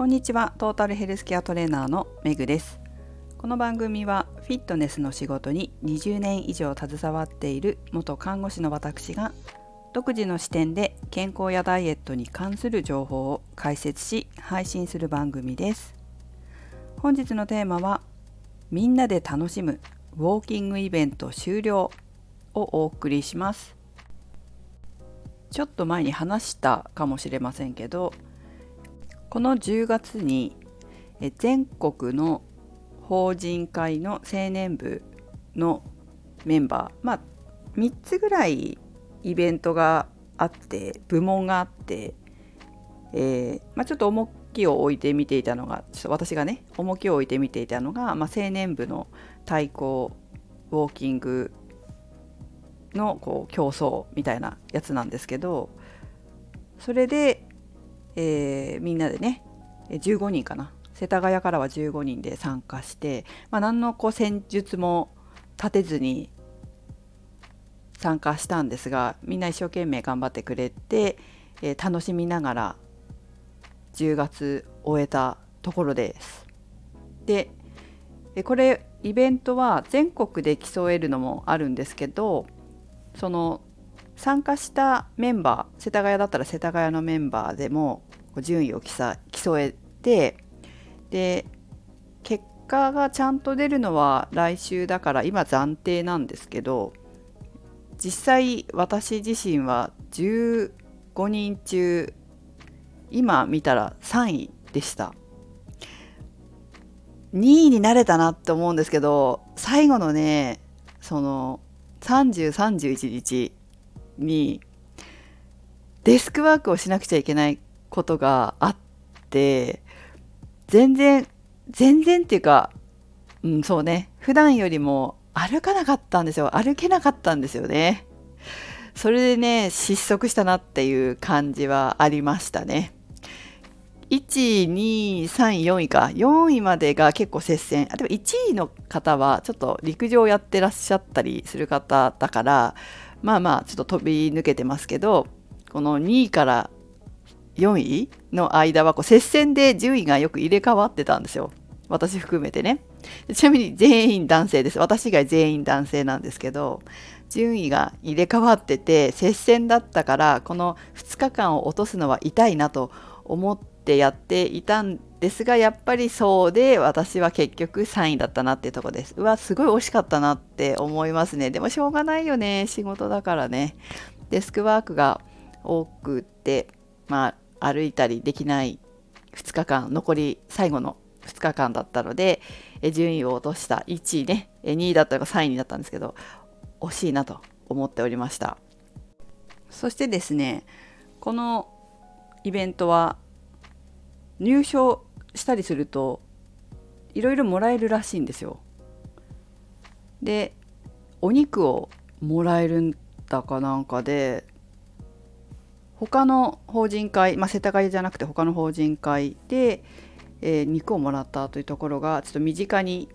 こんにちは。トータルヘルスケアトレーナーのめぐです。この番組はフィットネスの仕事に20年以上携わっている元看護師の私が独自の視点で健康やダイエットに関する情報を解説し配信する番組です。本日のテーマはみんなで楽しむウォーキングイベント終了をお送りします。ちょっと前に話したかもしれませんけど、この10月に全国の法人会の青年部のメンバー、3つぐらいイベントがあって部門があって、ちょっと重きを置いて見ていたのが私がね重きを置いて見ていたのが、青年部の対抗ウォーキングの競争みたいなやつなんですけど、それでみんなでね15人かな、世田谷からは15人で参加して、何の戦術も立てずに参加したんですが、みんな一生懸命頑張ってくれて、楽しみながら10月終えたところです。でこれイベントは全国で競えるのもあるんですけど、その参加したメンバー、世田谷だったら世田谷のメンバーでも順位を競えて、で結果がちゃんと出るのは来週だから今暫定なんですけど、実際私自身は15人中今見たら3位でした。2位になれたなって思うんですけど、最後のねその30、31日にデスクワークをしなくちゃいけないことがあって、全然っていうか、そうね、普段よりも歩けなかったんですよね。それでね失速したなっていう感じはありましたね。1、2、3、4位か。4位までが結構接戦。でも1位の方はちょっと陸上やってらっしゃったりする方だから、ちょっと飛び抜けてますけど、この2位から4位の間は接戦で順位がよく入れ替わってたんですよ。私含めてね。ちなみに全員男性です。私以外全員男性なんですけど、順位が入れ替わってて接戦だったから、この2日間を落とすのは痛いなと思ってやっていたんですが、やっぱりそうで私は結局3位だったなっていうところです。すごい惜しかったなって思いますね。でもしょうがないよね、仕事だからね。デスクワークが多くって歩いたりできない2日間、残り最後の2日間だったので、順位を落とした1位ね、2位だったのが3位になったんですけど、惜しいなと思っておりました。そしてですね、このイベントは入賞したりするといろいろもらえるらしいんですよ。でお肉をもらえるんだかなんかで、他の法人会、世田谷じゃなくて他の法人会で、肉をもらったというところがちょっと身近に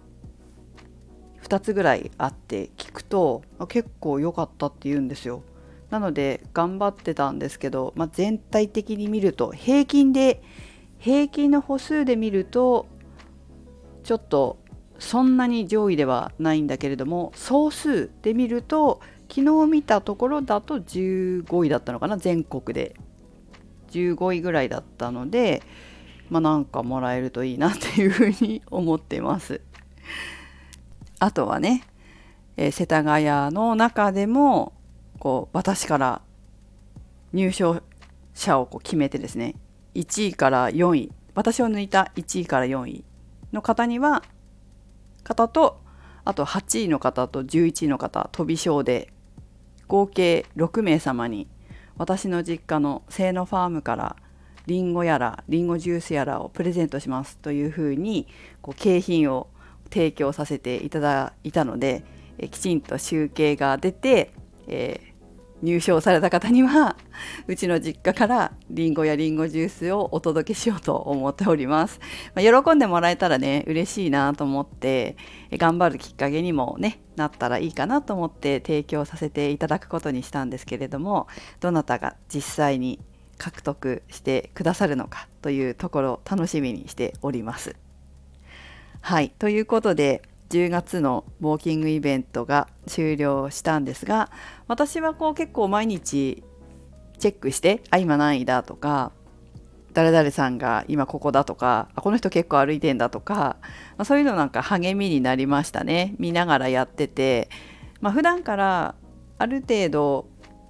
2つぐらいあって聞くと結構良かったって言うんですよ。なので頑張ってたんですけど、全体的に見ると平均の歩数で見るとちょっとそんなに上位ではないんだけれども、総数で見ると昨日見たところだと15位だったのかな、全国で15位ぐらいだったので、なんかもらえるといいなっていうふうに思っています。あとはね、世田谷の中でも私から入賞者を決めてですね、1位から4位、私を抜いた1位から4位の方と、あと8位の方と11位の方、飛び賞で合計6名様に私の実家の清野ファームからリンゴやらリンゴジュースやらをプレゼントしますというふうに景品を提供させていただいたので、きちんと集計が出て、入賞された方にはうちの実家からリンゴやリンゴジュースをお届けしようと思っております。喜んでもらえたらね嬉しいなと思って、頑張るきっかけにもねなったらいいかなと思って提供させていただくことにしたんですけれども、どなたが実際に獲得してくださるのかというところ楽しみにしております。はい、ということで10月のウォーキングイベントが終了したんですが、私は結構毎日チェックして、今何位だとか、誰々さんが今ここだとか、この人結構歩いてんだとか、そういうのなんか励みになりましたね。見ながらやってて、普段からある程度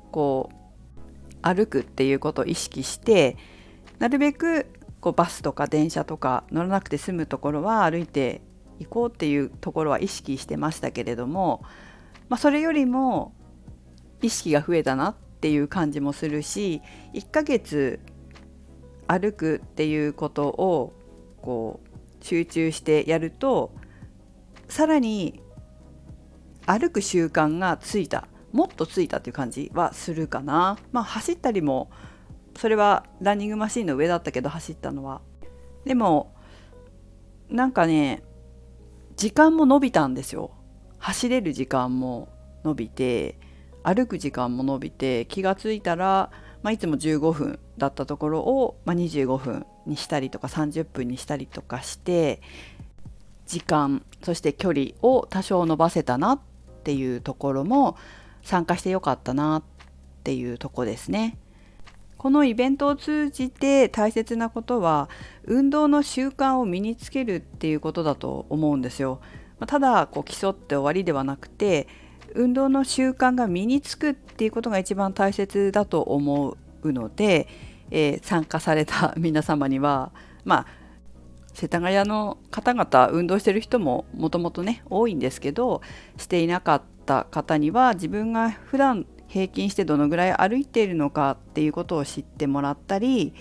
歩くっていうことを意識して、なるべくバスとか電車とか乗らなくて済むところは歩いていこうっていうところは意識してましたけれども、それよりも意識が増えたなっていう感じもするし、1ヶ月歩くっていうことを集中してやると、さらに歩く習慣がもっとついたっていう感じはするかな。走ったりも、それはランニングマシンの上だったけど走ったのは。でもなんかね、時間も伸びたんですよ。走れる時間も伸びて、歩く時間も伸びて、気がついたら、いつも15分だったところを、25分にしたりとか30分にしたりとかして、時間そして距離を多少伸ばせたなっていうところも、参加してよかったなっていうとこですね。このイベントを通じて大切なことは、運動の習慣を身につけるっていうことだと思うんですよ。ただ競って終わりではなくて、運動の習慣が身につくっていうことが一番大切だと思うので、参加された皆様には、世田谷の方々、運動してる人ももともとね多いんですけど、していなかった方には、自分が普段平均してどのぐらい歩いているのかっていうことを知ってもらったり、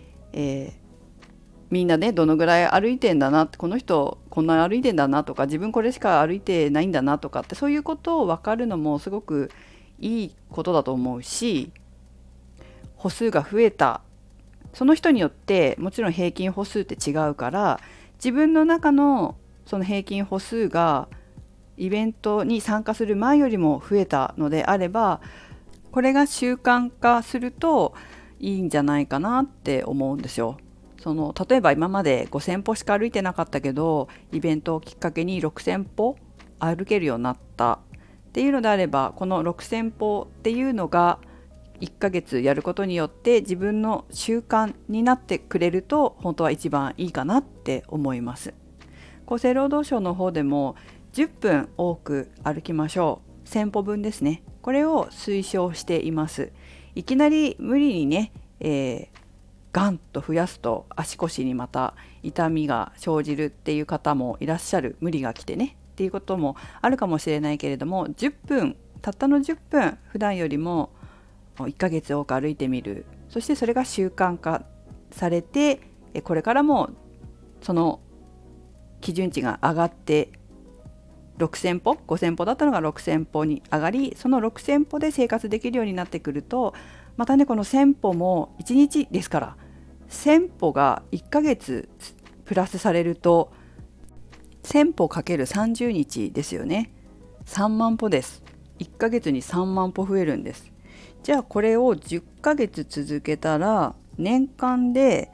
みんなねどのぐらい歩いてんだなって、この人こんなに歩いてんだなとか、自分これしか歩いてないんだなとかって、そういうことを分かるのもすごくいいことだと思うし、歩数が増えた、その人によってもちろん平均歩数って違うから、自分の中のその平均歩数がイベントに参加する前よりも増えたのであれば、これが習慣化するといいんじゃないかなって思うんですよ。例えば今まで5000歩しか歩いてなかったけど、イベントをきっかけに6000歩歩けるようになったっていうのであれば、この6000歩っていうのが1ヶ月やることによって自分の習慣になってくれると、本当は一番いいかなって思います。厚生労働省の方でも10分多く歩きましょう、1000歩分ですね、これを推奨しています。いきなり無理にね、ガンと増やすと足腰にまた痛みが生じるっていう方もいらっしゃる。無理が来てねっていうこともあるかもしれないけれども、たったの10分普段よりも1ヶ月多く歩いてみる。そしてそれが習慣化されて、これからもその基準値が上がって、6000歩5000歩だったのが6000歩に上がり、その6000歩で生活できるようになってくると、またね、この1000歩も1日ですから、1000歩が1ヶ月プラスされると1000歩 ×30 日ですよね。3万歩です。1ヶ月に3万歩増えるんです。じゃあこれを10ヶ月続けたら、年間で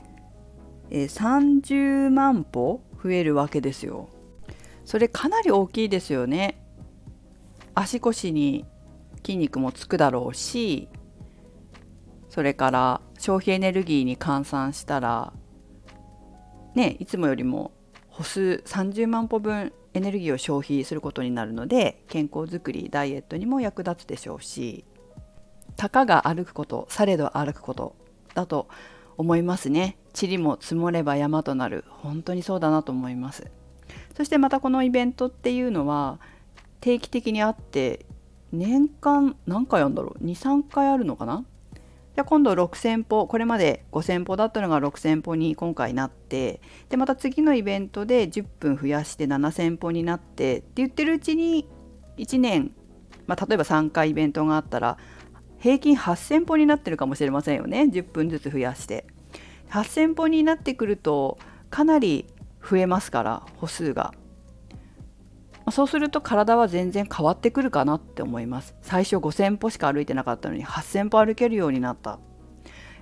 30万歩増えるわけですよ。それかなり大きいですよね。足腰に筋肉もつくだろうし、それから消費エネルギーに換算したらね、いつもよりも歩数30万歩分エネルギーを消費することになるので、健康づくりダイエットにも役立つでしょうし、たかが歩くこと、されど歩くことだと思いますね。塵も積もれば山となる、本当にそうだなと思います。そしてまたこのイベントっていうのは定期的にあって、年間何回あるんだろう、 2,3 回あるのかな。じゃあ今度6000歩、これまで5000歩だったのが6000歩に今回なって、でまた次のイベントで10分増やして7000歩になってって言ってるうちに、1年、例えば3回イベントがあったら平均8000歩になってるかもしれませんよね。10分ずつ増やして8000歩になってくると、かなり増えますから、歩数が。そうすると体は全然変わってくるかなって思います。最初5000歩しか歩いてなかったのに8000歩歩けるようになった。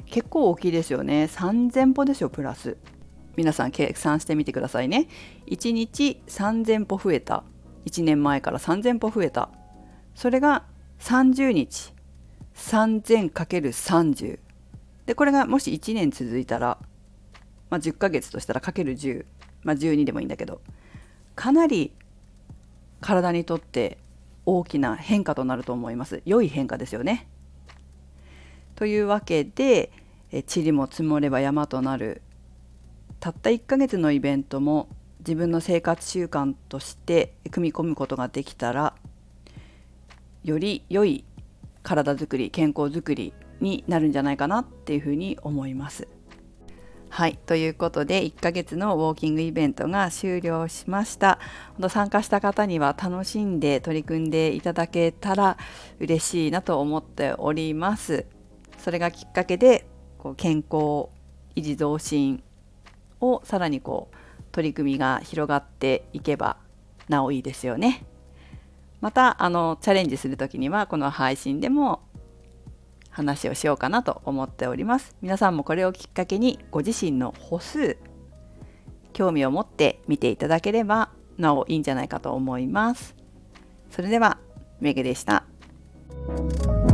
結構大きいですよね。3000歩ですよ、プラス。皆さん計算してみてくださいね。1日3000歩増えた。1年前から3000歩増えた。それが30日。3000×30。で、これがもし1年続いたら、10ヶ月としたらかける10。12でもいいんだけど、かなり体にとって大きな変化となると思います。良い変化ですよね。というわけで、塵も積もれば山となる。たった1ヶ月のイベントも自分の生活習慣として組み込むことができたら、より良い体づくり、健康づくりになるんじゃないかなっていうふうに思います。はい、ということで1ヶ月のウォーキングイベントが終了しました。参加した方には楽しんで取り組んでいただけたら嬉しいなと思っております。それがきっかけで健康維持増進をさらに取り組みが広がっていけばなおいいですよね。またチャレンジするときにはこの配信でも話をしようかなと思っております。皆さんもこれをきっかけにご自身の歩数、興味を持って見ていただければなおいいんじゃないかと思います。それではめぐでした。